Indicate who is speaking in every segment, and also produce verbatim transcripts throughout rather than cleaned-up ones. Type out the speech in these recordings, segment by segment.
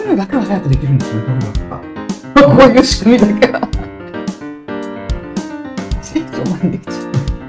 Speaker 1: いうのだけは早くできるんですよ、どうですか。こういう仕組みだけは。成長前にできちゃう。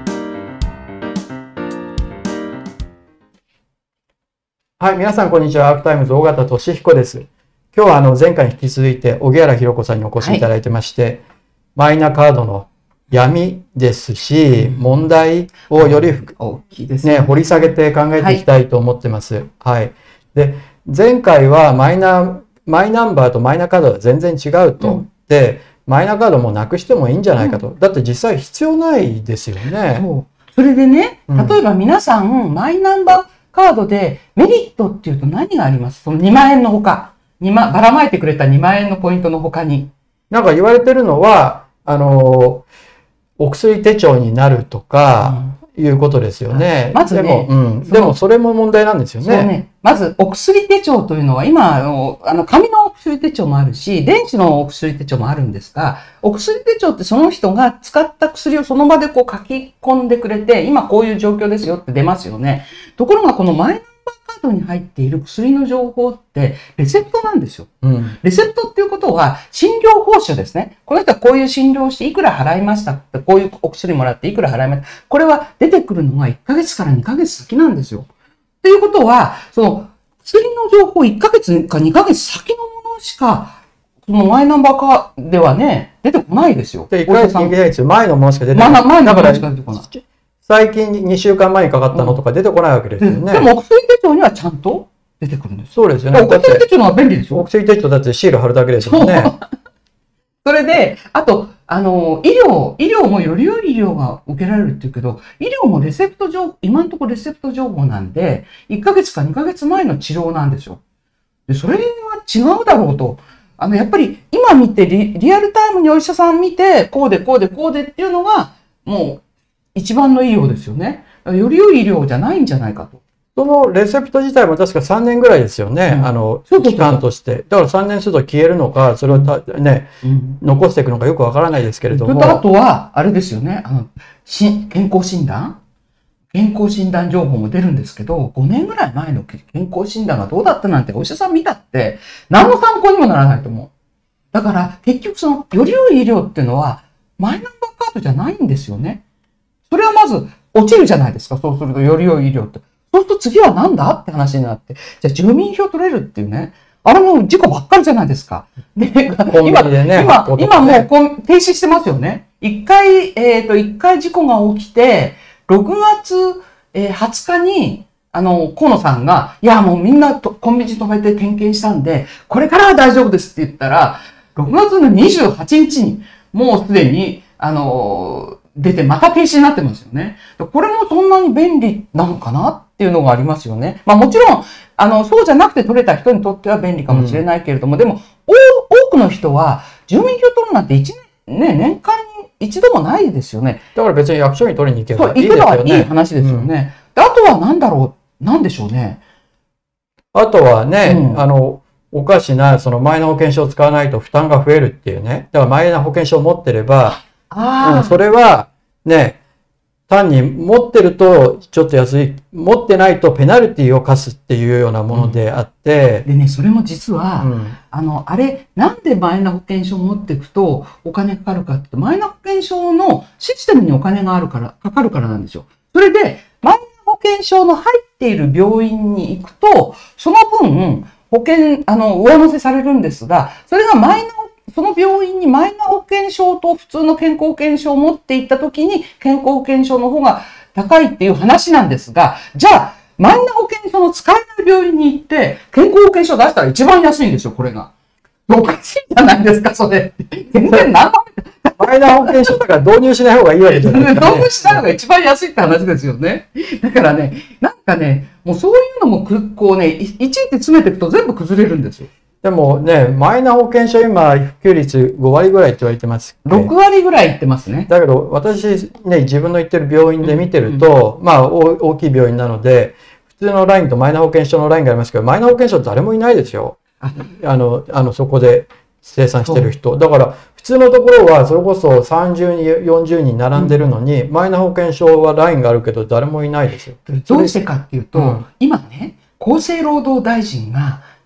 Speaker 2: はい、皆さんこんにちは。アークタイムズ尾形俊彦です。今日はあの前回に引き続いて荻原博子さんにお越しいただいてまして、はい、マイナカードの闇ですし、問題をより、
Speaker 1: 大きいですね、
Speaker 2: ね、掘り下げて考えていきたいと思ってます。はい。はい、で、前回はマイナ、マイナンバーとマイナカードは全然違うと。うん、で、マイナカードもなくしてもいいんじゃないかと。うん、だって実際必要ないですよね。
Speaker 1: そう。それでね、例えば皆さん、うん、マイナンバーカードでメリットっていうと何があります？そのにまんえんのほか。にまん、ばらまいてくれたにまんえんのポイントのほかに。
Speaker 2: なんか言われてるのは、あの、お薬手帳になるとか、いうことですよね。
Speaker 1: まずね、
Speaker 2: でも、うん、でもそれも問題なんですよね。
Speaker 1: そうね。まず、お薬手帳というのは、今、あの、あの紙のお薬手帳もあるし、電子のお薬手帳もあるんですが、お薬手帳ってその人が使った薬をその場でこう書き込んでくれて、今こういう状況ですよって出ますよね。ところが、このマイナンバーカードに入っている薬の情報って、レセプトなんですよ。うん、レセプトっていうことは、診療報酬ですね。この人はこういう診療をしていくら払いましたって、こういうお薬もらっていくら払いました。これは出てくるのがいっかげつからにかげつ先なんですよ。っていうことは、その、薬の情報いっかげつかにかげつ先のものしか、そのマイナンバーカードではね、出てこないですよ。
Speaker 2: で、いっかげつにかげつ前のものしか出てこない。
Speaker 1: 前のものしか出てこない。
Speaker 2: 最近にしゅうかんまえにかかったのとか出てこないわけですよね。うん、
Speaker 1: でも、お薬手帳にはちゃんと出てくるんです。
Speaker 2: そうですよね。
Speaker 1: お薬手帳の方が便利でしょ。
Speaker 2: お薬手帳だってシール貼るだけですもんね。
Speaker 1: それで、あと、あの、医療、医療もより良い医療が受けられるって言うけど、医療もレセプト情報、今のところレセプト情報なんで、いっかげつかにかげつまえの治療なんですよ。で、それは違うだろうと。あの、やっぱり今見てリ、リアルタイムにお医者さん見て、こうでこうでこうでっていうのが、もう一番の医療ですよね。より良い医療じゃないんじゃないかと。
Speaker 2: そのレセプト自体も確かさんねんぐらいですよね。うん、あの、期間として。だからさんねんすると消えるのか、それをたね、うん、残していくのかよくわからないですけれども。
Speaker 1: あとは、あれですよね。あの、し健康診断健康診断情報も出るんですけど、ごねんぐらい前の健康診断がどうだったなんてお医者さん見たって、何の参考にもならないと思う。だから、結局その、より良い医療っていうのは、マイナンバーカードじゃないんですよね。それはまず、落ちるじゃないですか。そうすると、より良い医療って。そうすると次は何だって話になって。じゃあ住民票取れるっていうね。あれも事故ばっかりじゃないですか。で、今、ね、今、今もう停止してますよね。一回、えっと、一回事故が起きて、ろくがつはつかに、あの、河野さんが、いや、もうみんなとコンビニ止めて点検したんで、これからは大丈夫ですって言ったら、ろくがつのにじゅうはちにちに、もうすでに、あの、出てまた停止になってますよね。これもそんなに便利なのかなっていうのがありますよね。まあもちろん、あの、そうじゃなくて取れた人にとっては便利かもしれないけれども、うん、でも、多くの人は住民票取るなんて一年、ね、年間に一度もないですよね。
Speaker 2: だから別に役所に取りに行けばいいですよね。
Speaker 1: そう、行けばいい話ですよね。うん、あとは何だろう、なんでしょうね。
Speaker 2: あとはね、うん、あの、おかしな、そのマイナ保険証を使わないと負担が増えるっていうね。だからマイナ保険証を持ってれば、あうん、それは、ね、単に持ってるとちょっと安い、持ってないとペナルティを課すっていうようなものであって。
Speaker 1: うん、でね、それも実は、うん、あの、あれ、なんでマイナ保険証を持っていくとお金かかるかって、マイナ保険証のシステムにお金があるから、かかるからなんですよ。それで、マイナ保険証の入っている病院に行くと、その分、保険、あの、上乗せされるんですが、それがマイナその病院にマイナ保険証と普通の健康保険証を持っていったときに健康保険証の方が高いっていう話なんですが、じゃあ、マイナ保険証の使えない病院に行って健康保険証出したら一番安いんですよ、これが。おかしいじゃないですか、それ。全然何の
Speaker 2: マイナ保険証だから導入しない方がいいわけじゃないですか、ね。
Speaker 1: 導入しない方が一番安いって話ですよね。だからね、なんかね、もうそういうのもくこうね、いちいち詰めていくと全部崩れるんですよ。
Speaker 2: でもね、マイナ保険証今、普及率ごわりぐらいって言われてます。
Speaker 1: ろくわりぐらいいってますね。
Speaker 2: だけど、私ね、自分の行ってる病院で見てると、うん、まあ、大きい病院なので、普通のラインとマイナ保険証のラインがありますけど、マイナ保険証誰もいないですよ。ああの、あの、そこで生産してる人。だから、普通のところは、それこそさんじゅうにん、よんじゅうにん並んでるのに、うん、マイナ保険証はラインがあるけど、誰もいないですよ。
Speaker 1: どうしてかっていうと、うん、今ね、厚生労働大臣が、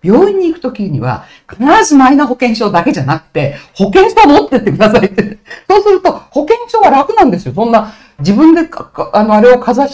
Speaker 1: 病院に行くときには、必ずマイナ保険証だけじゃなくて、保険証持ってってくださいって。そうすると、保険証は楽なんですよ。そんな、自分でか、あの、あれをかざして、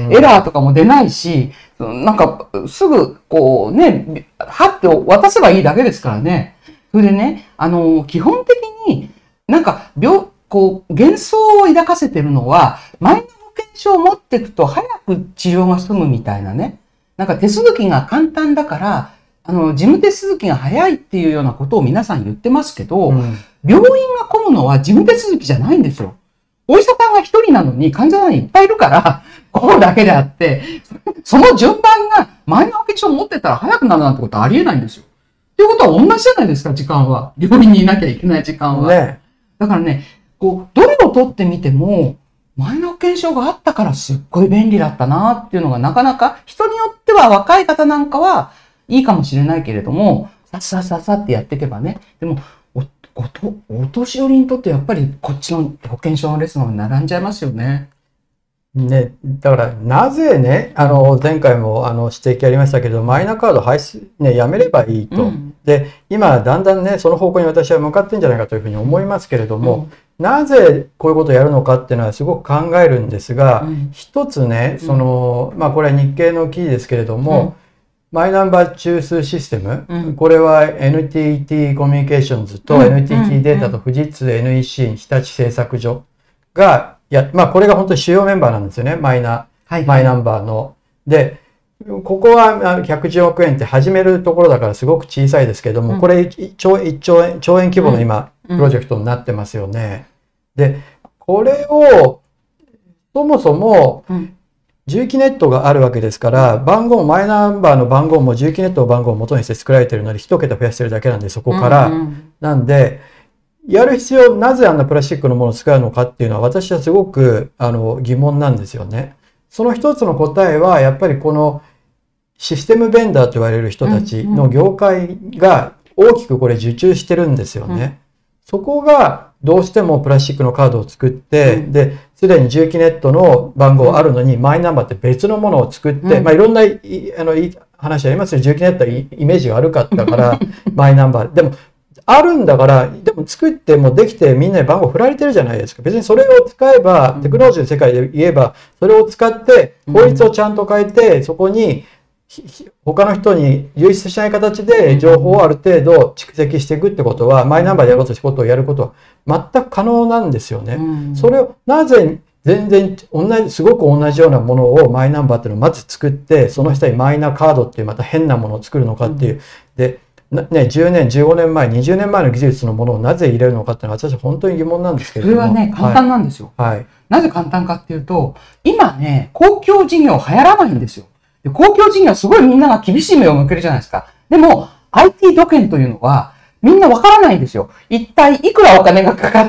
Speaker 1: エラーとかも出ないし、なんか、すぐ、こうね、はって渡せばいいだけですからね。それでね、あの、基本的になんか、病、こう、幻想を抱かせてるのは、マイナ保険証を持っていくと早く治療が済むみたいなね。なんか手続きが簡単だから、あの、事務手続きが早いっていうようなことを皆さん言ってますけど、うん、病院が混むのは事務手続きじゃないんですよ。お医者さんが一人なのに患者さんいっぱいいるから、混むだけであって、その順番がマイナ保険証を持ってたら早くなるなんてことはありえないんですよ。ということは同じじゃないですか、時間は。病院にいなきゃいけない時間は。ね、だからね、こう、どれを取ってみても、マイナ保険証があったからすっごい便利だったなっていうのがなかなか、人によっては若い方なんかはいいかもしれないけれども、さっさっさっさってやっていけばね。でも、お、おと、お年寄りにとってやっぱりこっちの保険証の列の方に並んじゃいますよね。
Speaker 2: ね、だから、なぜね、あの、前回もあの指摘ありましたけど、マイナカード廃止、ね、やめればいいと。うん、で、今、だんだんね、その方向に私は向かってんじゃないかというふうに思いますけれども、うん、なぜこういうことをやるのかっていうのはすごく考えるんですが、うん、一つね、その、まあ、これは日経の記事ですけれども、うん、マイナンバー中枢システム、うん、これは エヌティーティー コミュニケーションズと エヌティーティー データと富士通 エヌイーシー 日立製作所が、いや、まあこれが本当に主要メンバーなんですよね。マイナ、はい、マイナンバーの。で、ここはひゃくじゅうおくえんって始めるところだからすごく小さいですけども、うん、これいっちょうえん、兆円規模の今、うん、プロジェクトになってますよね。で、これを、そもそも、重機ネットがあるわけですから、番号、マイナンバーの番号も重機ネットの番号を元にして作られているので、一桁増やしてるだけなんで、そこから。うんうん、なんで、やる必要、なぜあんなプラスチックのものを使うのかっていうのは私はすごくあの疑問なんですよね。その一つの答えはやっぱりこのシステムベンダーと言われる人たちの業界が大きくこれ受注してるんですよね。うん、そこがどうしてもプラスチックのカードを作って、うん、で、すでに重機ネットの番号あるのにマイナンバーって別のものを作って、うん、まあいろんなあのいい話ありますよ。重機ネットはイメージが悪かったからマイナンバー。でもあるんだから、でも作ってもできてみんなに番号振られてるじゃないですか。別にそれを使えば、テクノロジーの世界で言えば、それを使って法律をちゃんと変えて、そこに他の人に流出しない形で情報をある程度蓄積していくってことは、マイナンバーでやろうとしたことをやることは全く可能なんですよね。それをなぜ全然同じ、すごく同じようなものをマイナンバーっていうのをまず作って、その下にマイナカードっていうまた変なものを作るのかっていう。でね、じゅうねん、じゅうごねんまえ、にじゅうねんまえの技術のものをなぜ入れるのかっていうのは私は本当に疑問なんですけれども。
Speaker 1: それはね、簡単なんですよ。はい。はい、なぜ簡単かっていうと、今ね、公共事業流行らないんですよ。で公共事業すごいみんなが厳しい目を向けるじゃないですか。でも、アイティー 土建というのは、みんなわからないんですよ。一体いくらお金がかかって、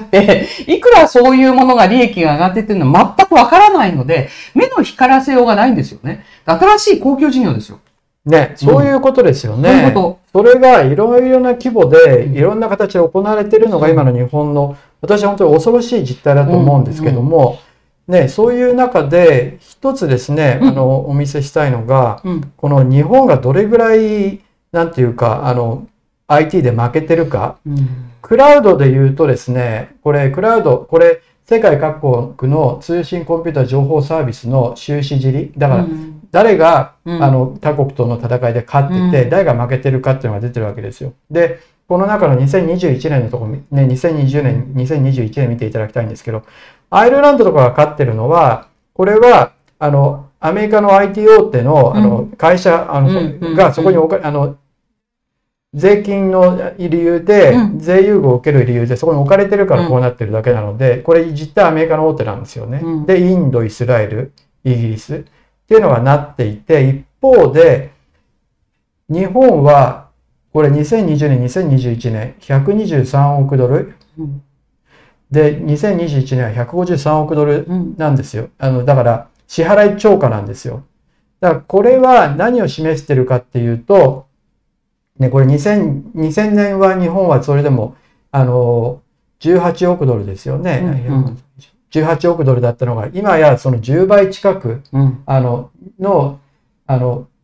Speaker 1: いくらそういうものが利益が上がってっていうのは全くわからないので、目の光らせようがないんですよね。新しい公共事業ですよ。
Speaker 2: ね、そういうことですよね。そういうこと。それがいろいろな規模で、いろんな形で行われているのが今の日本の、私は本当に恐ろしい実態だと思うんですけども、うんうん、ね、そういう中で一つですね、うん、あの、お見せしたいのが、うん、この日本がどれぐらい、なんていうか、あの、アイティー で負けてるか、うん、クラウドで言うとですね、これ、クラウド、これ、世界各国の通信コンピューター情報サービスの収支尻。だから、誰が、うん、あの、他国との戦いで勝ってて、うん、誰が負けてるかっていうのが出てるわけですよ。で、この中のにせんにじゅういちねんのところ、ね、にせんにじゅうねん、にせんにじゅういちねん見ていただきたいんですけど、アイルランドとかが勝ってるのは、これは、あの、アメリカの アイティー 大手の、あの、会社、あの、がそこにおか、あの、税金の理由で、税優遇を受ける理由で、そこに置かれてるからこうなってるだけなので、これ実態アメリカの大手なんですよね。で、インド、イスラエル、イギリスっていうのがなっていて、一方で、日本は、これにせんにじゅうねん、にせんにじゅういちねん、ひゃくにじゅうさんおくドル。で、にせんにじゅういちねんはひゃくごじゅうさんおくドルなんですよ。あの、だから、支払い超過なんですよ。だから、これは何を示してるかっていうと、ね、これにせん、にせんねんは日本はそれでも、あの、じゅうはちおくドルですよね。うんうん、じゅうはちおくドルだったのが、今やそのじゅうばい近く、うん、あの、の、あの、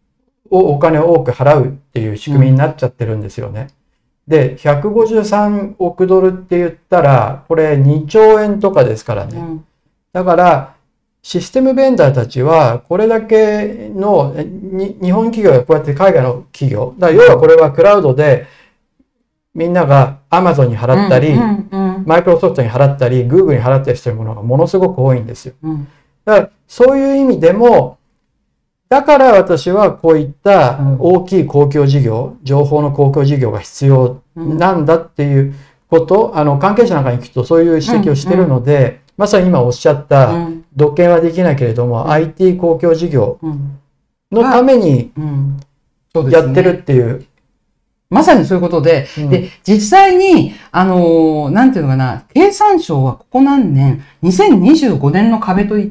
Speaker 2: お金を多く払うっていう仕組みになっちゃってるんですよね。うん、で、ひゃくごじゅうさんおくドルって言ったら、これにちょうえんとかですからね。うん、だから、システムベンダーたちは、これだけの、日本企業やこうやって海外の企業、だから要はこれはクラウドで、みんなが Amazon に払ったり、マイクロソフトに払ったり、Google に払ったりしてるものがものすごく多いんですよ。うん、だからそういう意味でも、だから私はこういった大きい公共事業、情報の公共事業が必要なんだっていうこと、あの関係者なんかに聞くとそういう指摘をしてるので、まさに今おっしゃった独権はできないけれども、アイティー 公共事業のためにやってるっていう。
Speaker 1: まさにそういうことで、うん、で、実際に、あのー、なんていうのかな、経産省はここ何年、にせんにじゅうごねんの壁といって、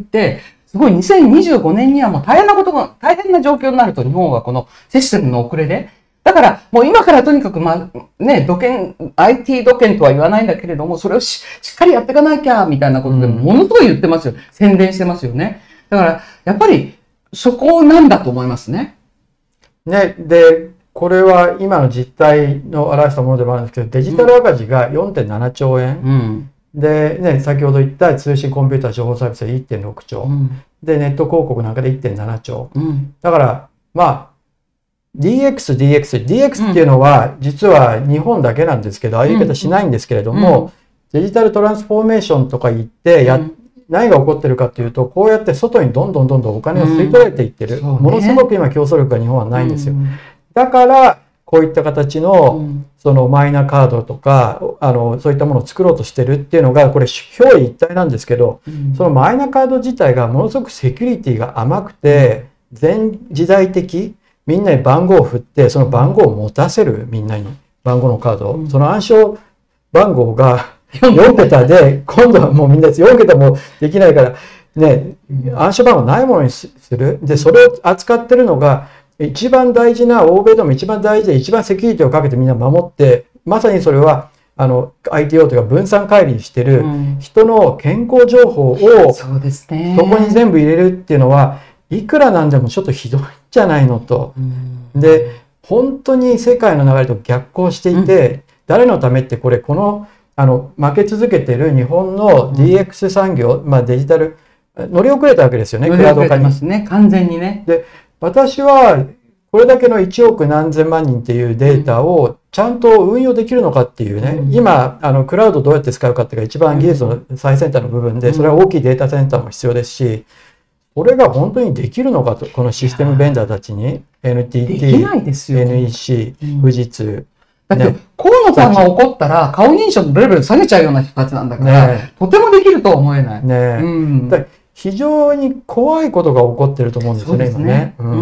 Speaker 1: すごいにせんにじゅうごねんにはもう大変なことが、大変な状況になると、日本はこのシステムの遅れで。だから、もう今からとにかく、まあ、ね、土建、アイティー 土建とは言わないんだけれども、それを し, しっかりやっていかなきゃ、みたいなことでものすごい言ってますよ。宣伝してますよね。だから、やっぱり、そこなんだと思いますね。
Speaker 2: ね、で、これは今の実態の表したものでもあるんですけど、デジタル赤字が よんてんななちょうえん。うん、で、ね、先ほど言った通信コンピューター情報サービスで いってんろくちょう。うん、で、ネット広告なんかで いってんななちょう。うん、だから、まあ、ディーエックス、ディーエックス、ディーエックス っていうのは、実は日本だけなんですけど、ああいう言い方しないんですけれども、デジタルトランスフォーメーションとか言ってや、うん、何が起こってるかっていうと、こうやって外にどんどんどんどんお金を吸い取られていってる。うんね、ものすごく今競争力が日本はないんですよ。うん、だから、こういった形の、そのマイナカードとか、あの、そういったものを作ろうとしてるっていうのが、これ、表裏一体なんですけど、そのマイナカード自体がものすごくセキュリティが甘くて、全時代的、みんなに番号を振って、その番号を持たせる、みんなに。番号のカード。その暗証番号がよんけたで、今度はもうみんなよんけたもできないから、ね、暗証番号ないものにする。で、それを扱ってるのが、一番大事な、欧米でも一番大事で、一番セキュリティをかけてみんな守って、まさにそれは、あの、アイティーオー というか分散管理してる人の健康情報を、そこに全部入れるっていうのは、いくらなんでもちょっとひどいんじゃないのと。で、本当に世界の流れと逆行していて、うん、誰のためってこれ、この、あの、負け続けてる日本の ディーエックス 産業、うん、まあデジタル、乗り遅れたわけですよね、クラウド化に。
Speaker 1: ますね、完全にね。
Speaker 2: で、私は、これだけのいちおく何千万人っていうデータをちゃんと運用できるのかっていうね、うん、今、あの、クラウドどうやって使うかっていうか一番技術の最先端の部分で、それは大きいデータセンターも必要ですし、これが本当にできるのかと、このシステムベンダーたちに、エヌティーティー、エヌイーシー、富士通。
Speaker 1: だって、河野さんが怒ったら、顔認証のレベル下げちゃうような人たちなんだから、ね、とてもできるとは思えない。
Speaker 2: ね、うん、非常に怖いことが起こってると思うんですよね、今ね。
Speaker 1: うん、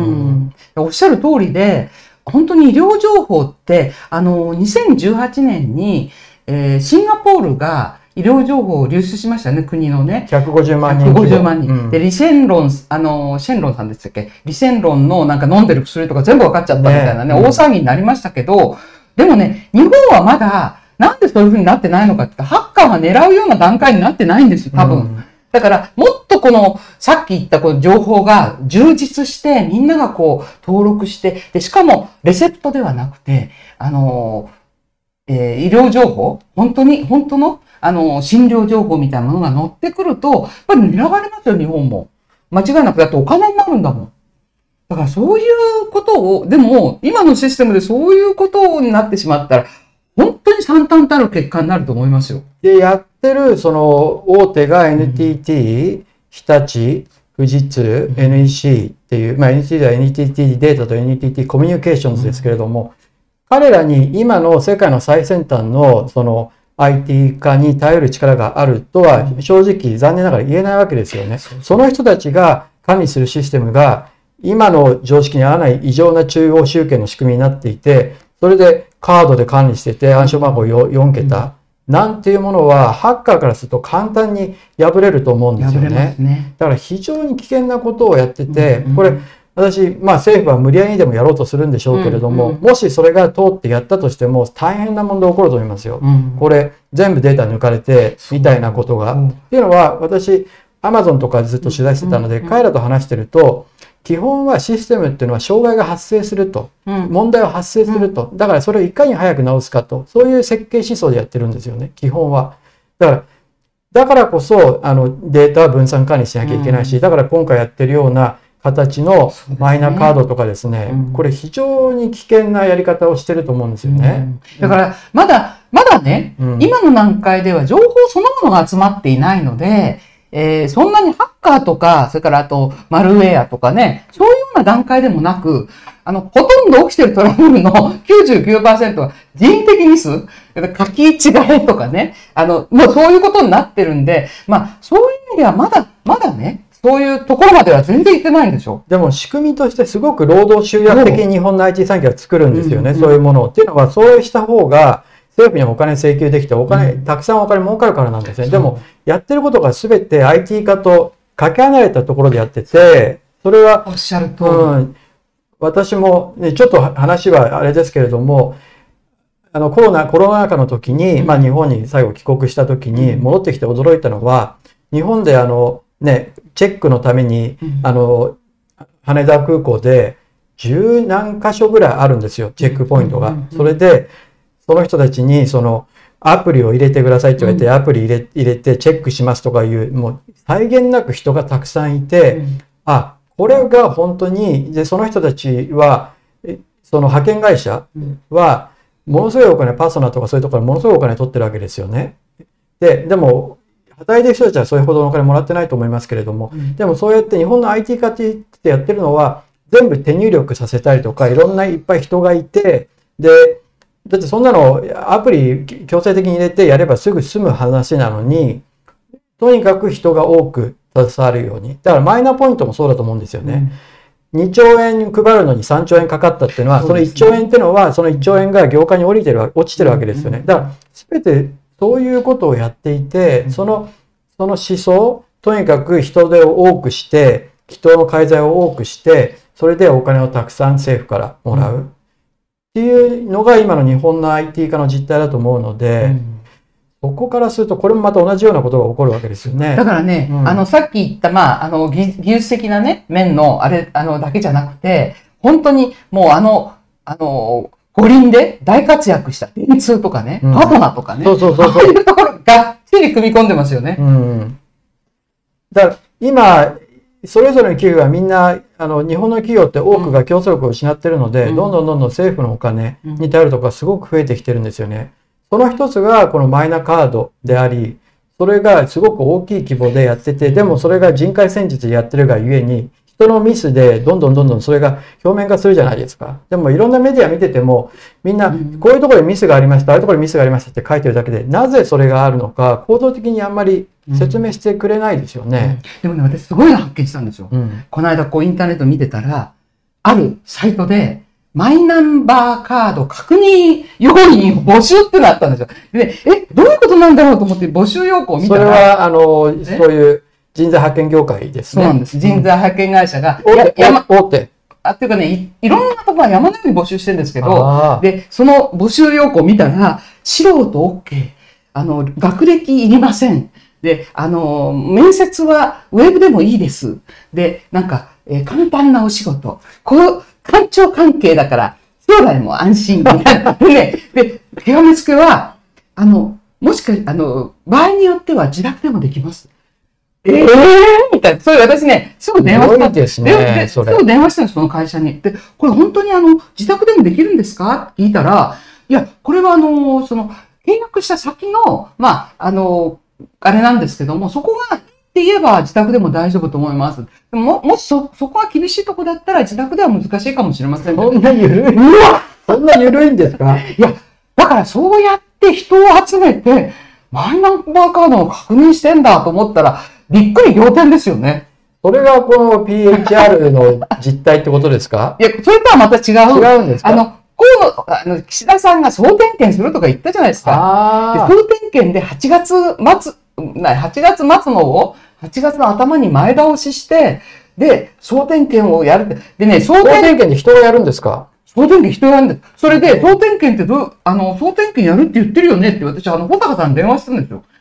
Speaker 1: おっしゃる通りで、本当に医療情報って、あの、にせんじゅうはちねんに、えー、シンガポールが、医療情報を流出しましたね、国のね。
Speaker 2: ひゃくごじゅうまんにん。
Speaker 1: ひゃくごじゅうまんにん。うん、で、リセンロン、あの、シェンロンさんでしたっけ？リセンロンのなんか飲んでる薬とか全部分かっちゃったみたいなね、ね、大騒ぎになりましたけど、でもね、日本はまだ、なんでそういう風になってないのかって、ハッカーが狙うような段階になってないんですよ、多分。うん、だから、もっとこの、さっき言ったこの情報が充実して、みんながこう、登録して、で、しかも、レセプトではなくて、あの、えー、医療情報、本当に、本当の、あの、診療情報みたいなものが乗ってくると、やっぱり狙われますよ、日本も。間違いなく、だってお金になるんだもん。だからそういうことを、でも、今のシステムでそういうことになってしまったら、本当に惨憺たる結果になると思いますよ。
Speaker 2: で、やってる、その、大手が エヌティーティー、うん、日立、富士通、エヌイーシー っていう、まあ エヌティーティー は エヌティーティー データと エヌティーティー コミュニケーションズですけれども、うん、彼らに今の世界の最先端の、その、アイティー 化に頼る力があるとは正直残念ながら言えないわけですよね。その人たちが管理するシステムが今の常識に合わない異常な中央集権の仕組みになっていて、それでカードで管理してて暗証番号よんけたなんていうものはハッカーからすると簡単に破れると思うんですよね。ね、だから非常に危険なことをやってて、これ私、まあ政府は無理やりにでもやろうとするんでしょうけれども、うんうん、もしそれが通ってやったとしても大変な問題起こると思いますよ。うん、これ全部データ抜かれてみたいなことが。うん、っていうのは私、アマゾンとかずっと取材してたので、うんうん、彼らと話してると、 基本はシステムっていうのは障害が発生すると、
Speaker 1: うん、
Speaker 2: 問題は発生すると、だからそれをいかに早く直すかと、そういう設計思想でやってるんですよね、基本は。だから、だからこそあのデータは分散管理しなきゃいけないし、うん、だから今回やってるような形のマイナカードとかですね、うん、これ非常に危険なやり方をしてると思うんですよね。
Speaker 1: うん、だからまだまだね、うん、今の段階では情報そのものが集まっていないので、えー、そんなにハッカーとか、それからあとマルウェアとかね、そういうような段階でもなく、あの、ほとんど起きてるトラブルの きゅうじゅうきゅうパーセント は人的ミス、書き違いとかね、あの、もうそういうことになってるんで、まあ、そういう意味ではまだ、まだね、そういうところまでは全然いってないんでしょ。
Speaker 2: でも仕組みとしてすごく労働集約的に日本の アイティー 産業は作るんですよね、うんうん、そういうものを。っていうのは、そうした方が、政府にお金請求できて、お金、うん、たくさんお金儲かるからなんですね。でも、やってることが全て アイティー 化とかけ離れたところでやってて、それは、
Speaker 1: おっしゃる通り。
Speaker 2: うん、私も、ね、ちょっと話はあれですけれども、あの、コロナ、コロナ禍の時に、うん、まあ日本に最後帰国した時に戻ってきて驚いたのは、日本であの、ね、チェックのために、うん、あの、羽田空港で十何箇所ぐらいあるんですよ、チェックポイントが。それで、その人たちに、その、アプリを入れてくださいって言われて、うん、アプリ入れ、入れてチェックしますとかいう、もう、際限なく人がたくさんいて、うん、あ、これが本当に、で、その人たちは、その派遣会社は、ものすごいお金、パーソナーとかそういうところものすごいお金取ってるわけですよね。で、でも、働いてる人たちはそれほどのお金もらってないと思いますけれども、うん、でもそうやって日本の アイティー 化ってやってるのは、全部手入力させたりとか、いろんないっぱい人がいて、で、だってそんなのアプリ強制的に入れてやればすぐ済む話なのに、とにかく人が多く携わるように。だからマイナポイントもそうだと思うんですよね。うん、にちょうえん配るのにさんちょうえんかかったっていうのは、そのいっちょうえんっていうのは、そのいっちょうえんが業界に降りてる、落ちてるわけですよね。だから全てそういうことをやっていて、その、その思想、とにかく人手を多くして、人の介在を多くして、それでお金をたくさん政府からもらう。うんっていうのが今の日本の アイティー 化の実態だと思うので、うん、そこからするとこれもまた同じようなことが起こるわけですよね。
Speaker 1: だからね、うん、あのさっき言ったまああの技術的なね面のあれあのだけじゃなくて、本当にもうあのあの五輪で大活躍した電通とかね、うん、パートナーとかね、そうそうそうそう、そういうところがっちり組み込んでますよね。うん、
Speaker 2: だから今それぞれの企業はみんな、あの、日本の企業って多くが競争力を失ってるので、うん、どんどんどんどん政府のお金に頼るとかすごく増えてきてるんですよね。その一つがこのマイナカードであり、それがすごく大きい規模でやってて、でもそれが人海戦術でやってるがゆえに、人のミスでどんどんどんどんそれが表面化するじゃないですか。でもいろんなメディア見てても、みんなこういうところでミスがありました、ああいうところでミスがありましたって書いてるだけで、なぜそれがあるのか、構造的にあんまり説明してくれないですよね。
Speaker 1: うんうん、でもね、私すごいの発見したんですよ。うん、この間こうインターネット見てたら、あるサイトで、マイナンバーカード確認要員募集ってなったんですよ。で、え、どういうことなんだろうと思って募集要項を見たら。
Speaker 2: それは、あの、そういう人材派遣業界ですね。
Speaker 1: そうなんです。人材派遣会社が。
Speaker 2: うん、大手。大手。
Speaker 1: あ、っていうかねい、いろんなところは山のように募集してるんですけど、で、その募集要項を見たら、素人 OK、あの、学歴いりません。で、あの、面接はウェブでもいいです。で、なんか、えー、簡単なお仕事。こう、官庁関係だから、将来も安心みたいな。で、で、極めつけは、あの、もしか、あの、場合によっては自宅でもできます。ええー、みたいな。それ私ね、すぐ電話したん
Speaker 2: ですね。で、
Speaker 1: すぐ電話したんです、その会社に。で、これ本当にあの、自宅でもできるんですかって聞いたら、いや、これはあの、その、契約した先の、まあ、あの、あれなんですけども、そこが、って言えば自宅でも大丈夫と思います。でも、もしそ、そこは厳しいとこだったら自宅では難しいかもしれません。
Speaker 2: そんな緩い。うわそんな緩いんですか？
Speaker 1: いや、だからそうやって人を集めて、マイナンバーカードを確認してんだと思ったら、びっくり仰天ですよね。
Speaker 2: それがこの ピーエイチアール の実態ってことですか？
Speaker 1: いや、それとはまた違う。
Speaker 2: 違うんですか？
Speaker 1: あの、河野、あの、岸田さんが総点検するとか言ったじゃないですか。で総点検ではちがつ末、はちがつ末のを、はちがつの頭に前倒しして、で、総点検をやるって。でね、
Speaker 2: 総点検で人がやるんですか？
Speaker 1: 総点検人がやるんです。それで、総点検ってどう、あの、総点検やるって言ってるよねって私、あの、保坂さんに電話したんですよ。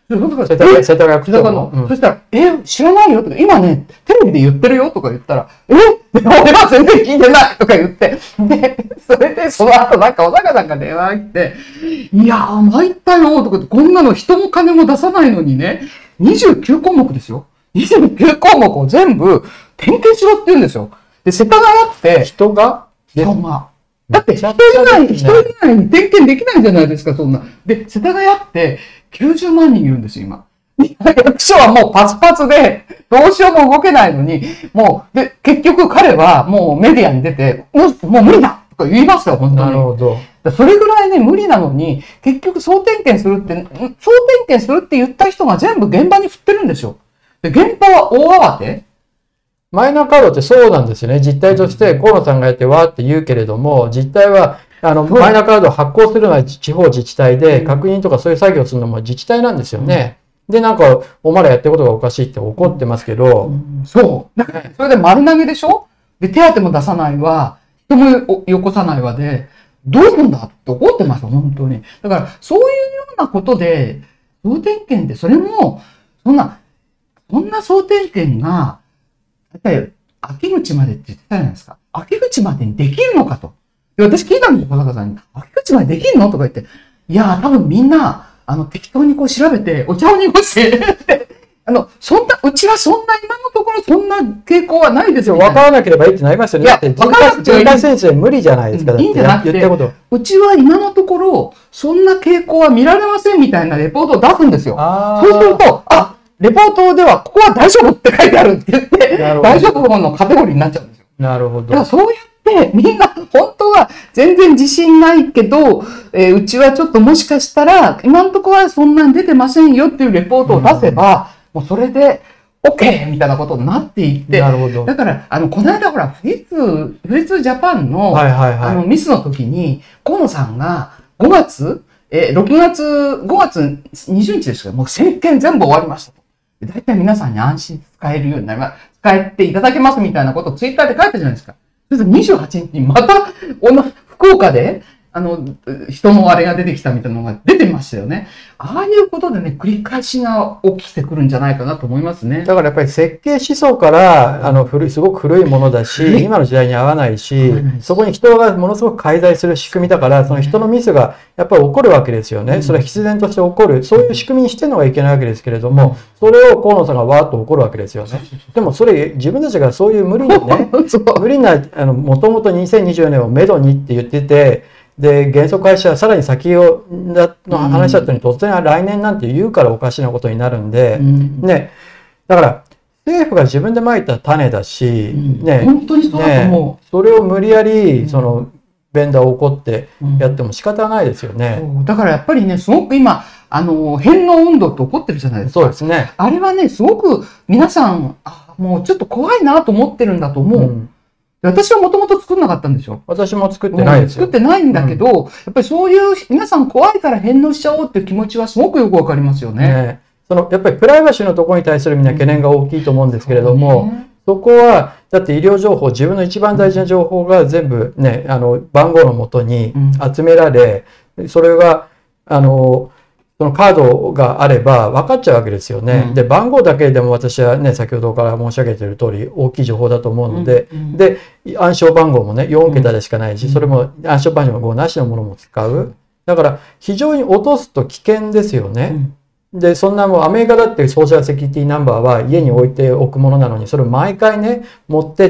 Speaker 2: 世田谷世田谷区長の。
Speaker 1: そしたら、え、知らないよとか、今ね、テレビで言ってるよとか言ったら、え俺は全然聞いてないとか言って、で、それでその後なんか小坂さんが電話が来て、いやー、参ったよとかって、こんなの人も金も出さないのにね、にじゅうきゅうこうもくですよ。にじゅうきゅうこうもくを全部点検しろって言うんですよ。で、世田谷って、
Speaker 2: 人が
Speaker 1: 人が。だって、人以外に、人以外に点検できないじゃないですか、そんな。で、世田谷って、きゅうじゅうまんにんいるんですよ、今。役所はもうパツパツで、どうしようも動けないのに、もう、で、結局彼はもうメディアに出て、もうもう無理だとか言いますよ、本当に。
Speaker 2: なるほど。
Speaker 1: それぐらいね、無理なのに、結局総点検するって、総点検するって言った人が全部現場に振ってるんですよ。で、現場は大慌て。
Speaker 2: マイナカードってそうなんですよね。実態として河野さんがやってわーって言うけれども、実態は、あの、マイナカードを発行するのは地方自治体で、確認とかそういう作業をするのも自治体なんですよね。うん、で、なんか、お前らやってることがおかしいって怒ってますけど。
Speaker 1: うん、そう。だから、それで丸投げでしょで、手当も出さないわ、人もよこさないわで、どうするんだって怒ってますよ、本当に。だから、そういうようなことで、総点検で、それも、そんな、そんな総点検が、やっぱり、秋口までって言ってたじゃないですか。秋口までにできるのかと。私聞いたんですよ、小坂さんに。秋口までできるのとか言って。いやー、多分みんな、あの、適当にこう調べて、お茶を濁してあの、そんな、うちはそんな、今のところそんな傾向はないですよ。
Speaker 2: 分からなければいいってなりますよね。
Speaker 1: いや、
Speaker 2: 分からなくて人海先生無理じゃないですか。
Speaker 1: いいんじゃなくて、うちは今のところ、そんな傾向は見られませんみたいなレポートを出すんですよ。そうすると、あ、レポートではここは大丈夫って書いてあるって言って、大丈夫のカテゴリーになっちゃうんですよ。
Speaker 2: なるほど。
Speaker 1: だからそうやってみんな本当は全然自信ないけど、えー、うちはちょっともしかしたら今のところはそんなに出てませんよっていうレポートを出せば、うん、もうそれで OK みたいなことになっていって、
Speaker 2: なるほど。
Speaker 1: だから、あの、この間ほら、富士通、富士通ジャパンの、
Speaker 2: はいはいはい、
Speaker 1: あの、ミスの時に、河野さんがごがつ、えー、ろくがつ、ごがつにじゅうにちですけど、もう宣言全部終わりましたと。大体皆さんに安心使えるようになります。使えていただけますみたいなことをツイッターで書いたじゃないですか。そしてにじゅうはちにちにまた、福岡で、あの、人のあれが出てきたみたいなのが出てましたよね。ああいうことでね、繰り返しが起きてくるんじゃないかなと思いますね。
Speaker 2: だからやっぱり設計思想から、あの、古い、すごく古いものだし、今の時代に合わないし、そこに人がものすごく介在する仕組みだから、その人のミスがやっぱり起こるわけですよね。それは必然として起こる。そういう仕組みにしてるのがいけないわけですけれども、それを河野さんがわーっと起こるわけですよね。でもそれ、自分たちがそういう無理なね、無理な、あの、もともとにせんにじゅうねんをめどにって言ってて、で、原則開始はさらに先を、の話だったのに、突然来年なんて言うからおかしなことになるんで、うん、ね、だから、政府が自分で蒔いた種だし、うん、ね、
Speaker 1: 本当にそうだと思う、ね。
Speaker 2: それを無理やり、その、ベンダーを起こってやっても仕方ないですよね。
Speaker 1: うん、だからやっぱりね、すごく今、あの、返納運動って起こってるじゃないですか。
Speaker 2: そうですね。
Speaker 1: あれはね、すごく皆さん、あ、もうちょっと怖いなと思ってるんだと思う。うん、私はもともと作んなかったんでしょ。
Speaker 2: 私も作ってないですよ。
Speaker 1: 作ってないんだけど、うん、やっぱりそういう皆さん怖いから返納しちゃおうっていう気持ちはすごくよくわかりますよね。ね、
Speaker 2: そのやっぱりプライバシーのところに対するみんな懸念が大きいと思うんですけれども、うん、そ, そこはだって医療情報、自分の一番大事な情報が全部ね、あの番号のもとに集められ、うん、それがあのそのカードがあれば分かっちゃうわけですよね。うん、で、番号だけでも私はね、先ほどから申し上げている通り大きい情報だと思うので、うんうん、で、暗証番号もね、よんけたでしかないし、うん、それも暗証番号なしのものも使う。だから非常に落とすと危険ですよね。うん、で、そんなもうアメリカだってソーシャルセキュリティナンバーは家に置いておくものなのに、それを毎回ね、持ってって、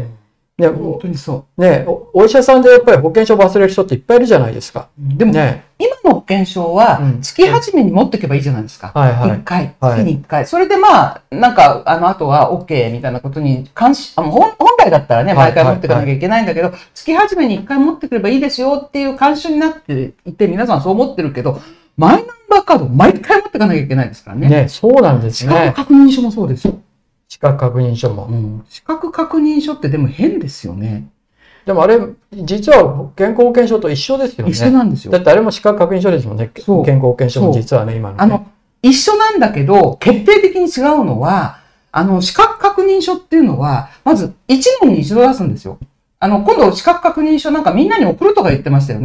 Speaker 2: ね、
Speaker 1: 本当にそう。
Speaker 2: ね、お、お医者さんでやっぱり保険証忘れる人っていっぱいいるじゃないですか。
Speaker 1: でも、ね、今の保険証は月始めに持っておけばいいじゃないですか。はいはい。いっかい。月にいっかい。それでまあ、なんか、あの、あとは OK みたいなことに関し、あの本来だったらね、毎回持っていかなきゃいけないんだけど、月始めにいっかい持ってくればいいですよっていう慣習になっていて、皆さんそう思ってるけど、マイナンバーカード毎回持っていかなきゃいけないですからね。
Speaker 2: ね、そうなんですね。
Speaker 1: 資格確認書もそうですよ。
Speaker 2: 資格確認書も。
Speaker 1: うん。資格確認書ってでも変ですよね。
Speaker 2: でもあれ、実は健康保険証と一緒ですよね。
Speaker 1: 一緒なんですよ。
Speaker 2: だってあれも資格確認書ですもんね。健康保険証も実はね、今の、ね。
Speaker 1: あの、一緒なんだけど、決定的に違うのは、あの、資格確認書っていうのは、まずいちねんに一度出すんですよ。あの、今度資格確認書なんかみんなに送るとか言ってましたよね。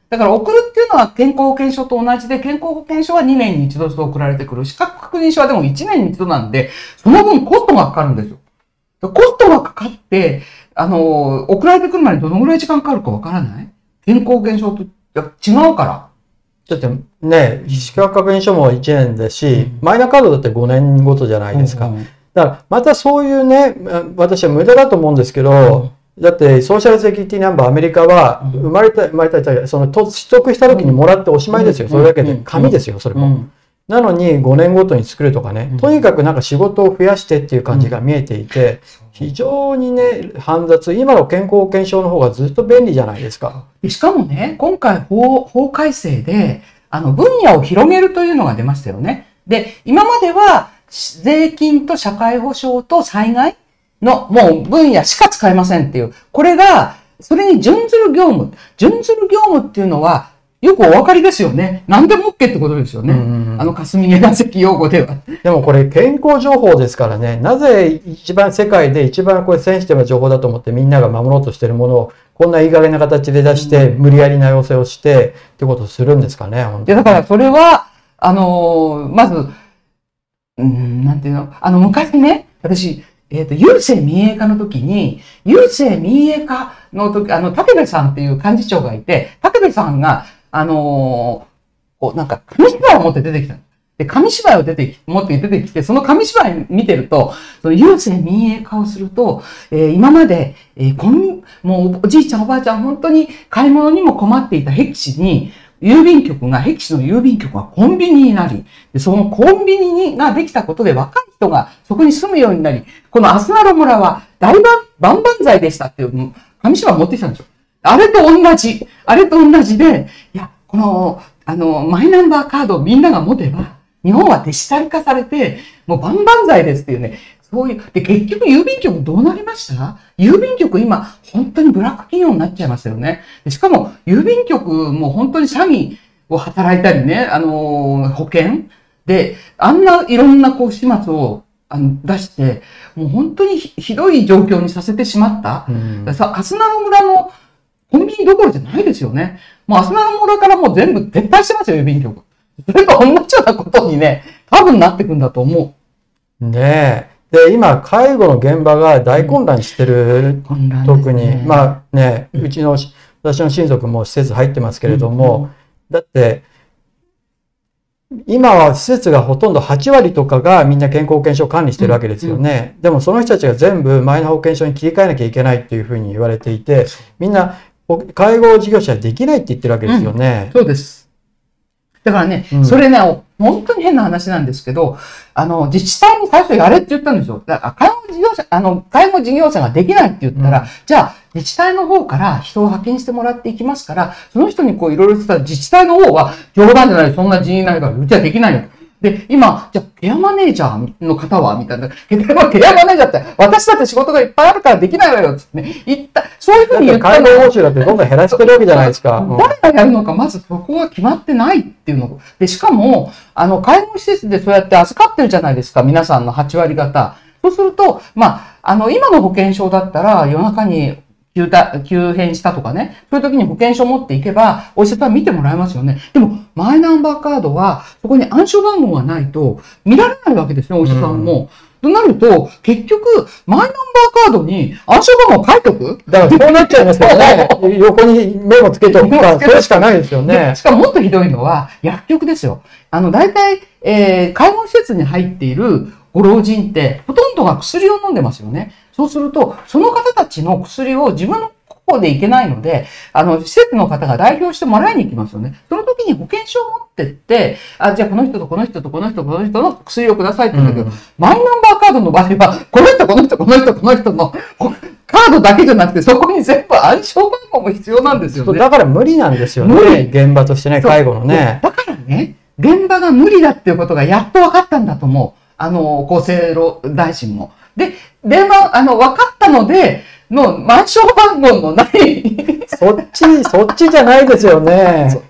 Speaker 1: だから送るっていうのは健康保険証と同じで、健康保険証はにねんに一度送られてくる。資格確認書はでもいちねんに一度なんで、その分コストがかかるんですよ。コストがかかって、あの、送られてくるまでどのぐらい時間かかるかわからない？健康保険証と違うから。
Speaker 2: だってね、資格確認書もいちねんですし、うん、マイナカードだってごねんごとじゃないですか。うんうん、だからまたそういうね、私は無駄だと思うんですけど、うん、だってソーシャルセキュリティナンバーアメリカは生まれた、生まれた、その取得した時にもらっておしまいですよ。それだけで。紙ですよ、それも。うん、なのにごねんごとに作るとかね、とにかくなんか仕事を増やしてっていう感じが見えていて、非常にね、煩雑。今の健康保険証の方がずっと便利じゃないですか。
Speaker 1: しかもね、今回法、法改正で、あの、分野を広げるというのが出ましたよね。で、今までは、税金と社会保障と災害のもう分野しか使えませんっていう。これが、それに準ずる業務。準ずる業務っていうのは、よくお分かりですよね。何でも OK ってことですよね。うんうん、あの霞が関用語では。
Speaker 2: でもこれ健康情報ですからね。なぜ一番世界で一番これセンシティブな情報だと思ってみんなが守ろうとしているものをこんないい加減な形で出して、うん、無理やり名寄せをしてってことをするんですかね。本当に。
Speaker 1: でだからそれは、あのー、まず、うん、なんていうの、あの昔ね、私、えっと、郵政民営化の時に、郵政民営化の時、あの、武部さんっていう幹事長がいて、武部さんが、あのー、こう、なんか、紙芝居を持って出てきた。で、紙芝居を出てき、持って出てきて、その紙芝居見てると、その郵政民営化をすると、えー、今まで、えー、こん、もうおじいちゃんおばあちゃん本当に買い物にも困っていた僻地に、郵便局が、僻地の郵便局がコンビニになり、でそのコンビニができたことで若い人がそこに住むようになり、このアスナロ村は大万、万々歳でしたっていう紙芝居を持ってきたんですよ。あれと同じ、あれと同じで、いや、この、あの、マイナンバーカードをみんなが持てば、日本はデジタル化されて、もう万々歳ですっていうね、そういう、で、結局郵便局どうなりました？郵便局今、本当にブラック企業になっちゃいましたよね。しかも、郵便局も本当に詐欺を働いたりね、あの、保険で、あんないろんなこう、始末をあの出して、もう本当に ひ, ひどい状況にさせてしまった。うん、さアスナロ村のコンビニどころじゃないですよね。もうアスナロ村からもう全部撤廃してますよ、郵便局。それと同じようなことにね、多分なってくんだと思う。
Speaker 2: ねえ。で、今、介護の現場が大混乱してる。うんね、特に。まあね、うちの、私の親族も施設入ってますけれども、うんうん、だって、今は施設がほとんどはちわりとかがみんな健康保険証を管理してるわけですよね。うんうん、でもその人たちが全部マイナ保険証に切り替えなきゃいけないっていうふうに言われていて、みんな介護事業者はできないって言ってるわけですよね。
Speaker 1: うん、そうです。だからね、うん、それね、本当に変な話なんですけど、あの、自治体に最初やれって言ったんですよ。だから介護事業者、あの、介護事業者ができないって言ったら、うん、じゃあ、自治体の方から人を派遣してもらっていきますから、その人にこういろいろ言ったら自治体の方は冗談じゃない、そんな人員ないから、うちはできないよ。で、今、じゃあ、ケアマネージャーの方はみたいな。ケアマネージャーって、私だって仕事がいっぱいあるからできないわよってね、言った。そういうふうに言った
Speaker 2: 介護報酬だってどんどん減らしてるわけじゃないですか。
Speaker 1: 誰がやるのか、まずそこが決まってないっていうの。で、しかも、あの、介護施設でそうやって預かってるじゃないですか、皆さんのはちわり方。そうすると、まあ、あの、今の保険証だったら夜中に急だ、急変したとかね。そういう時に保険証持っていけば、お医者さん見てもらえますよね。でも、マイナンバーカードは、そこに暗証番号がないと、見られないわけですよ、お医者さんも。となると、結局、マイナンバーカードに暗証番号書いとく？
Speaker 2: だからそうなっちゃいますよね。横にメモつけとくか、それしかないですよね。
Speaker 1: しかももっとひどいのは、薬局ですよ。あの、大体、えー、介護施設に入っているご老人って、ほとんどが薬を飲んでますよね。そうすると、その方たちの薬を自分の個々でいけないので、あの、施設の方が代表してもらいに行きますよね。その時に保険証を持ってって、あ、じゃあこの人とこの人とこの人とこの人の薬をくださいって言うんだけど、うん、マイナンバーカードの場合は、この人、この人、この人、この人のカードだけじゃなくて、そこに全部暗証番号も必要なんですよね。
Speaker 2: だから無理なんですよね。現場としてね、介護のね。
Speaker 1: だからね、現場が無理だっていうことがやっと分かったんだと思う。あの、厚生労大臣も。で、電話、あの、分かったので、の、暗証番号のない。
Speaker 2: そっち、そっちじゃないですよね。
Speaker 1: そっち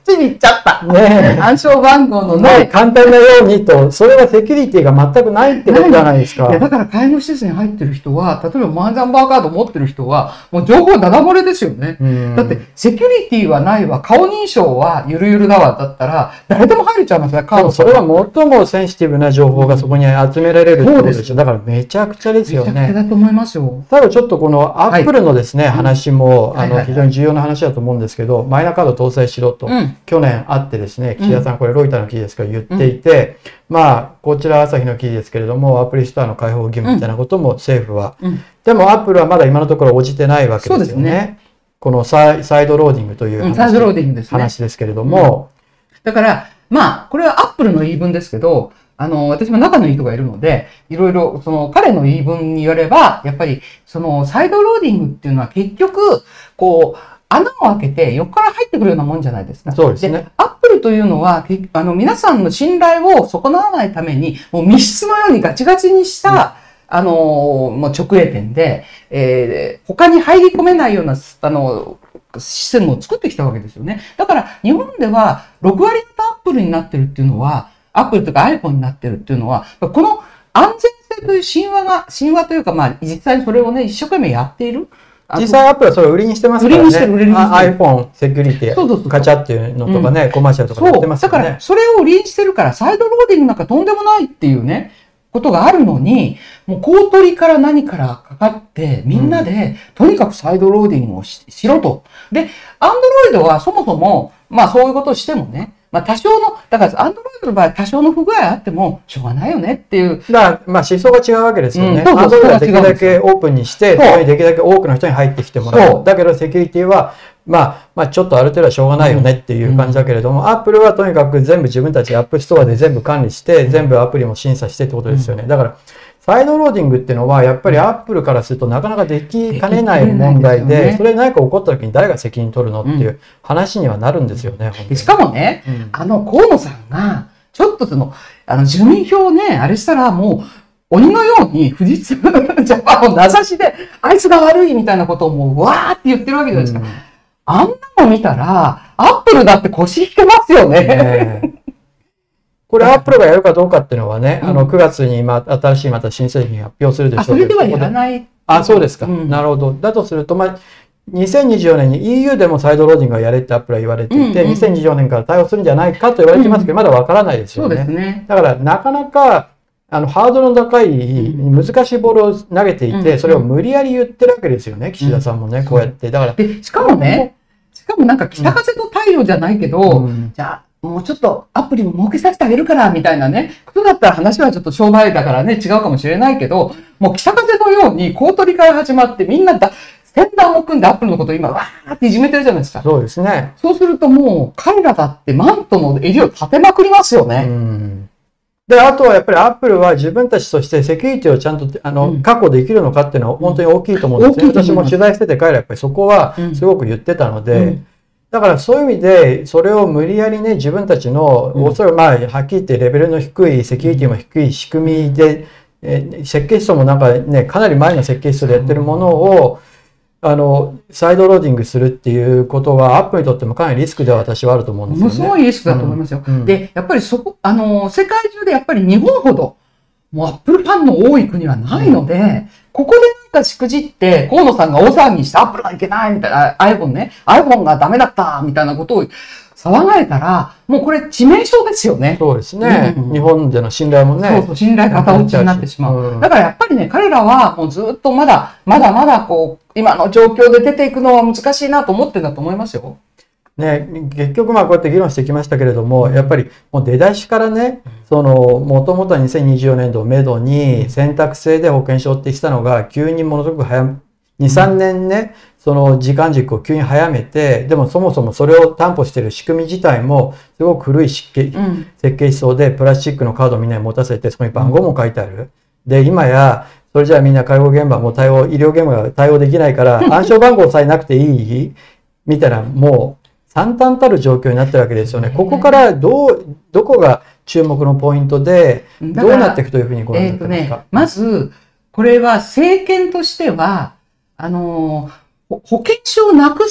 Speaker 1: ちに行っちゃった。
Speaker 2: ねえ。
Speaker 1: 暗証番号のない。
Speaker 2: 簡単なようにと、それはセキュリティが全くないってことじゃないですか。
Speaker 1: いや、だから介護施設に入ってる人は、例えばマージャンバーカード持ってる人は、もう情報ダダ漏れですよね。だって、セキュリティはないわ、顔認証はゆるゆるだわ、だったら、誰でも入れちゃいますね、カード。
Speaker 2: それは最もセンシティブな情報がそこに集められるってことでしょ。だからめちゃくちゃですよね。
Speaker 1: めちゃくちゃだと思いますよ。
Speaker 2: ただちょっとこのアップルのですね、はい、話も、あの、
Speaker 1: はいはいはい、
Speaker 2: 非常に重要な話だと思うんですけど、マイナカード搭載しろと、うん、去年あってですね、岸田さん、これロイターの記事ですから言っていて、うん、まあ、こちら朝日の記事ですけれども、アプリストアの開放義務みたいなことも政府は、うん、でもアップルはまだ今のところ応じてないわけですよね。ね、このサイ、サイドローディングという話、うん、サイドローディングですね、話ですけれども、
Speaker 1: うん、だから、まあ、これはアップルの言い分ですけど、あの、私も仲のいい人がいるので、いろいろ、その、彼の言い分によれば、やっぱり、その、サイドローディングっていうのは結局、こう、穴を開けて横から入ってくるようなもんじゃないですか。
Speaker 2: そうですね。
Speaker 1: で、アップルというのは、あの、皆さんの信頼を損なわないために、もう密室のようにガチガチにした、うん、あの、もう直営店で、えー、他に入り込めないような、あの、システムを作ってきたわけですよね。だから、日本では、ろく割方アップルになってるっていうのは、アップルとか iPhone になってるっていうのは、この安全性という神話が、神話というか、まあ、実際にそれをね、一生懸命やっている。
Speaker 2: 実際アップルはそれを売りにしてますからね。売りにしてる、売りにしてる。iPhone、セキュリティ、ガチャっていうのとかね、うん、コマーシャルとかやってますからね。
Speaker 1: そう。だから、それを売りにしてるから、サイドローディングなんかとんでもないっていうね、ことがあるのに、もう、公取りから何からかかって、みんなで、とにかくサイドローディングを し, しろと。で、アンドロイドはそもそも、まあそういうことをしてもね、まあ多少の、だからアンドロイドの場合多少の不具合あってもしょうがないよねっていう。
Speaker 2: だから、まあ思想が違うわけですよね。アンドロイドはできるだけオープンにして、できるだけ多くの人に入ってきてもらう。だけどセキュリティは、まあ、まあちょっとある程度はしょうがないよねっていう感じだけれども、アップルはとにかく全部自分たちアップストアで全部管理して、全部アプリも審査してってことですよね。だから、サイドローディングっていうのは、やっぱりアップルからするとなかなかできかねない問題で、それ何か起こった時に誰が責任取るのっていう話にはなるんですよね。
Speaker 1: しかもね、うん、あの河野さんが、ちょっとその、あの住民票をね、あれしたらもう、鬼のように富士通ジャパンを名指しで、あいつが悪いみたいなことをもう、わーって言ってるわけじゃないですか。うん、あんなの見たら、アップルだって腰引けますよね。ね
Speaker 2: これアップルがやるかどうかっていうのはね、うん、あのくがつに今新しいまた新製品発表するでしょうけど。
Speaker 1: あ、それではやらない。
Speaker 2: あ、そうですか。うん、なるほど。だとすると、まあ、にせんにじゅうよねんに イーユー でもサイドローディングをやれってアップルは言われていて、うんうん、にせんにじゅうよねんから対応するんじゃないかと言われてますけど、うん、まだわからないですよね。
Speaker 1: そうですね。
Speaker 2: だからなかなか、あの、ハードルの高い、難しいボールを投げていて、うん、それを無理やり言ってるわけですよね、岸田さんもね、うん、こうやって。だから。
Speaker 1: で、しかもね、しかもなんか北風と太陽じゃないけど、うん、じゃあ、もうちょっとアプリも儲けさせてあげるから、みたいなね。ことだったら話はちょっと商売だからね、違うかもしれないけど、もう北風のように公取りから始まってみんなだ、先端も組んでアップルのことを今、わーっていじめてるじゃないですか。
Speaker 2: そうですね。
Speaker 1: そうするともう、彼らだってマントの襟を立てまくりますよね。
Speaker 2: うんで、あとはやっぱりアップルは自分たちとしてセキュリティをちゃんとあの、うん、確保できるのかっていうのは本当に大きいと思うんですね。うん、私も取材してて彼らやっぱりそこはすごく言ってたので、うんうんだからそういう意味で、それを無理やりね、自分たちの、おそらくまあ、はっきり言ってレベルの低い、セキュリティも低い仕組みで、え設計思想もなんかね、かなり前の設計思想でやってるものを、あの、サイドローディングするっていうことは、アップルにとってもかなりリスクでは私はあると思うんですよね。
Speaker 1: ものすごいリスクだと思いますよ。うん、で、やっぱりそこ、あの、世界中でやっぱり日本ほど、もうアップルファンの多い国はないので、うん、ここでなんかしくじって、河野さんが大騒ぎしてアップルがいけないみたいな、iPhone ね、iPhone がダメだったみたいなことを騒がれたら、もうこれ致命傷ですよね。
Speaker 2: そうですね。うん、日本での信頼もね。
Speaker 1: そうそう、信頼型落ちになってしまう。うん、だからやっぱりね、彼らはもうずっとまだ、まだまだこう、今の状況で出ていくのは難しいなと思ってるんだと思いますよ。
Speaker 2: ね、結局まあこうやって議論してきましたけれども、やっぱりもう出だしからね、そのもともとはにせんにじゅうよねんどをめどに選択制で保険証って言ってたのが急にものすごく早め、に、さんねんね、その時間軸を急に早めて、でもそもそもそれを担保している仕組み自体もすごく古い設計思想でプラスチックのカードをみんなに持たせて、そこに番号も書いてある。で、今や、それじゃあみんな介護現場も対応、医療現場が対応できないから、暗証番号さえなくていいみたいな、もう、惨憺たる状況になってるわけですよね。ここからどう、どこが注目のポイントで、どうなっていくというふうにご覧になってますか？えーとね、
Speaker 1: まず、これは政権としては、あの、保険証をなくすっ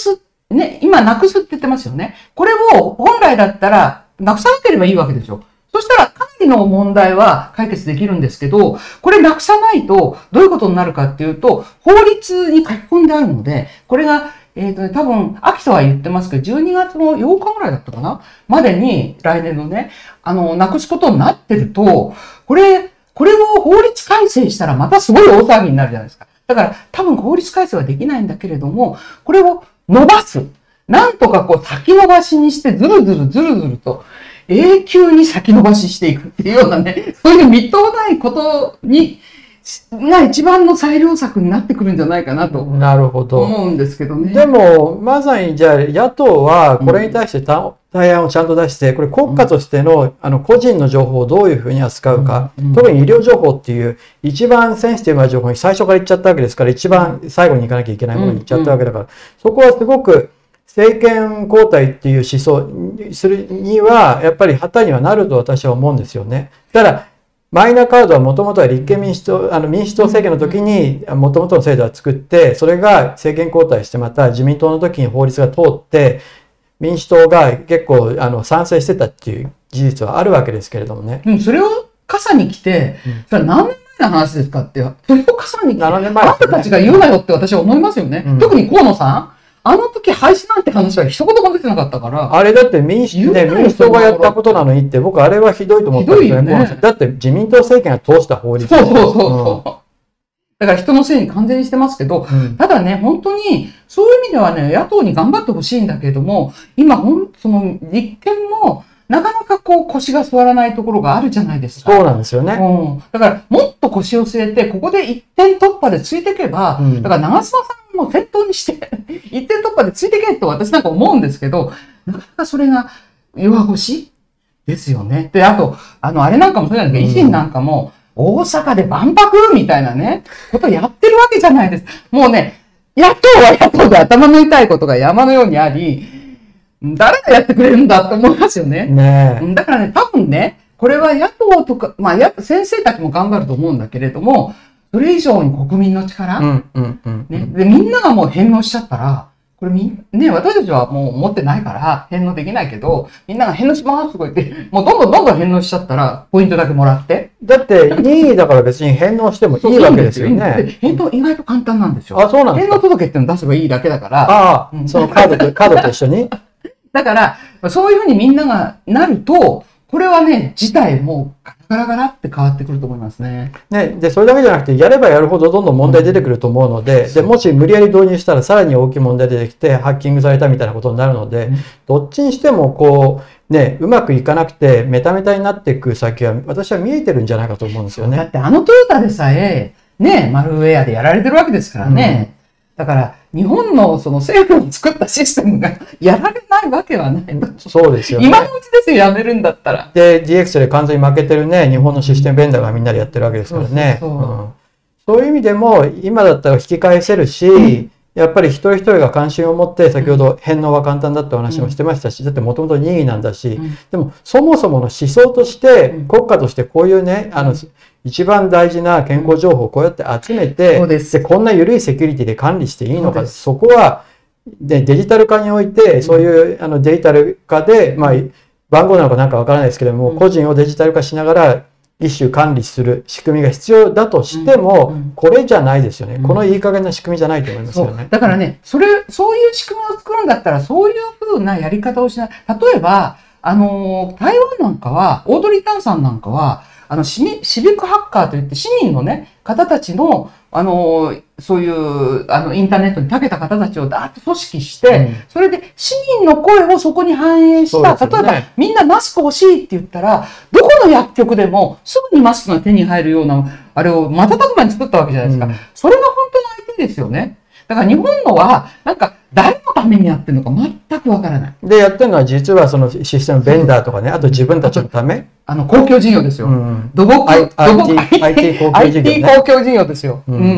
Speaker 1: ね、今なくすって言ってますよね。これを本来だったらなくさなければいいわけですよ。そしたらかなりの問題は解決できるんですけど、これなくさないとどういうことになるかっていうと、法律に書き込んであるので、これが、えっとね、多分、秋とは言ってますけど、じゅうにがつのようかぐらいだったかなまでに、来年のね、あの、なくすことになってると、これ、これを法律改正したらまたすごい大騒ぎになるじゃないですか。だから、多分法律改正はできないんだけれども、これを伸ばす。なんとかこう先延ばしにして、ずるずるずるずると、永久に先延ばししていくっていうようなね、そういうみっともないことに、が一番の裁量策になってくるんじゃないかなと
Speaker 2: なるほど。
Speaker 1: 思うんですけどね。
Speaker 2: でも、まさにじゃあ野党はこれに対して対案をちゃんと出して、これ国家としての、あの個人の情報をどういうふうに扱うか、
Speaker 1: うんうん、
Speaker 2: 特に医療情報っていう一番センシティブな情報に最初から言っちゃったわけですから、一番最後に行かなきゃいけないものに言っちゃったわけだから、そこはすごく政権交代っていう思想にするには、やっぱり旗にはなると私は思うんですよね。ただ、マイナカードはもともとは立憲民主党、あの民主党政権の時にもともとの制度は作って、それが政権交代してまた自民党の時に法律が通って、民主党が結構あの賛成してたっていう事実はあるわけですけれどもね。
Speaker 1: うん、それを傘に来て、それは何年前の話ですかって、それを傘に来て、
Speaker 2: ななねんまえですよね、
Speaker 1: あんたたちが言うなよって私は思いますよね。うん、特に河野さん。あの時廃止なんて話は一言も出てなかったから。
Speaker 2: あれだって民主、ね、民主党がやったことなのにって、僕あれはひどいと思ったんですよね。だって自民党政権が通した法律。
Speaker 1: そうそうそうそう。うん、だから人のせいに完全にしてますけど、うん、ただね、本当に、そういう意味ではね、野党に頑張ってほしいんだけれども、今、ほん、その、立憲も、なかなかこう腰が座らないところがあるじゃないですか。
Speaker 2: そうなんですよね。
Speaker 1: うん。だからもっと腰を据えて、ここで一点突破でついていけば、うん、だから長妻さんも先頭にして一点突破でついていけと私なんか思うんですけど、なかなかそれが弱腰ですよね。で、あと、あの、あれなんかもそうじゃないですか、維新なんかも、大阪で万博みたいなね、ことやってるわけじゃないです。もうね、野党は野党で頭の痛いことが山のようにあり、誰がやってくれるんだって思いますよね。
Speaker 2: ねえ。
Speaker 1: だからね、多分ね、これは野党とか、まあ、やっぱ先生たちも頑張ると思うんだけれども、それ以上に国民の力、
Speaker 2: うんうんうんうん、
Speaker 1: ね、で、みんながもう返納しちゃったら、これみん、ね、私たちはもう持ってないから返納できないけど、みんなが返納しますとか言って、もうどんどんどんどん返納しちゃったら、ポイントだけもらって。
Speaker 2: だって、任意だから別に返納してもいいわけですよね。
Speaker 1: 返納意外と簡単なんですよ。
Speaker 2: あ、そうなんですか。
Speaker 1: 返納届っていうのを出せばいいだけだから。
Speaker 2: ああ、うん、そのカードと、カードと一緒に
Speaker 1: だから、そういうふうにみんながなると、これはね、事態もガラガラガラって変わってくると思いますね。
Speaker 2: ね、で、それだけじゃなくて、やればやるほどどんどん問題出てくると思うので、うん、で、もし無理やり導入したらさらに大きい問題出てきて、ハッキングされたみたいなことになるので、うん、どっちにしてもこう、ね、うまくいかなくて、メタメタになっていく先は、私は見えてるんじゃないかと思うんですよね。
Speaker 1: だってあのトヨタでさえ、ね、マルウェアでやられてるわけですからね。うんだから、日本のその政府の作ったシステムがやられないわけはない。
Speaker 2: そうですよね。
Speaker 1: 今のうちですよ、やめるんだったら。
Speaker 2: で、ディーエックス で完全に負けてるね、日本のシステムベンダーがみんなでやってるわけですからね。そうそうそう、うん、そういう意味でも、今だったら引き返せるし、うん、やっぱり一人一人が関心を持って、先ほど返納は簡単だってお話もしてましたし、うん、だってもともと任意なんだし、うん、でもそもそもの思想として、うん、国家としてこういうね、あの、一番大事な健康情報をこうやって集めて、うん、ででこんな緩いセキュリティで管理していいのか、そこはでデジタル化において、うん、そういうあのデジタル化で、まあ、番号なのかなんかわからないですけれども、うん、個人をデジタル化しながら一種管理する仕組みが必要だとしても、うん、これじゃないですよね、うん。このいい加減な仕組みじゃないと思いますよね。
Speaker 1: だからね、それ、そういう仕組みを作るんだったら、そういうふうなやり方をしない。例えば、あの、台湾なんかは、オードリー・タンさんなんかは、あの、シビックハッカーといって、市民のね、方たちの、あの、そういう、あの、インターネットに長けた方たちをダーッと組織して、うん、それで市民の声をそこに反映した、ね、例えば、みんなマスク欲しいって言ったら、どこの薬局でもすぐにマスクが手に入るような、あれを瞬く間に作ったわけじゃないですか。うん、それが本当の相手ですよね。だから日本のは、なんか、誰のためにやってるのか全くわからない。
Speaker 2: で、やってるのは実はそのシステムベンダーとかね、あと自分たちのため
Speaker 1: あの、公共事業ですよ。うん、土木、
Speaker 2: 土木、アイティー 公共事業、ね。
Speaker 1: アイティー 公共事業ですよ。うんうん、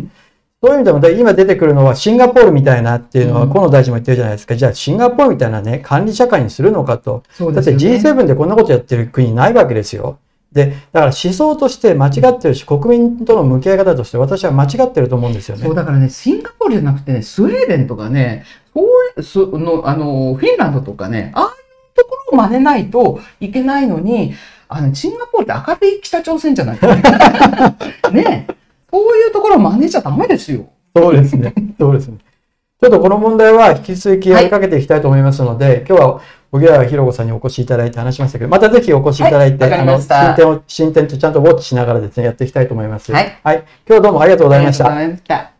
Speaker 2: そういう意味でも、今出てくるのはシンガポールみたいなっていうのは、河野大臣も言ってるじゃないですか。じゃあ、シンガポールみたいなね、管理社会にするのかと。だって ジーセブン でこんなことやってる国ないわけですよ。で、だから思想として間違ってるし、国民との向き合い方として私は間違ってると思うんですよね。
Speaker 1: そう、だからね、シンガポールじゃなくてね、スウェーデンとかね、 そうその、あの、フィンランドとかね、ああいうところを真似ないといけないのに、あの、シンガポールって赤べ北朝鮮じゃないねえ。そういうところを真似ちゃダメですよ。
Speaker 2: そうですね。そうですね。ちょっとこの問題は引き続きやりかけていきたいと思いますので、はい、今日は荻原博子さんにお越しいただいて話しましたけど、またぜひお越しいただいて、はい、あの進展を進展とちゃんとウォッチしながらですね、やっていきたいと思います。はい。はい。今日はどうもありがとうございました。ありがとうございました。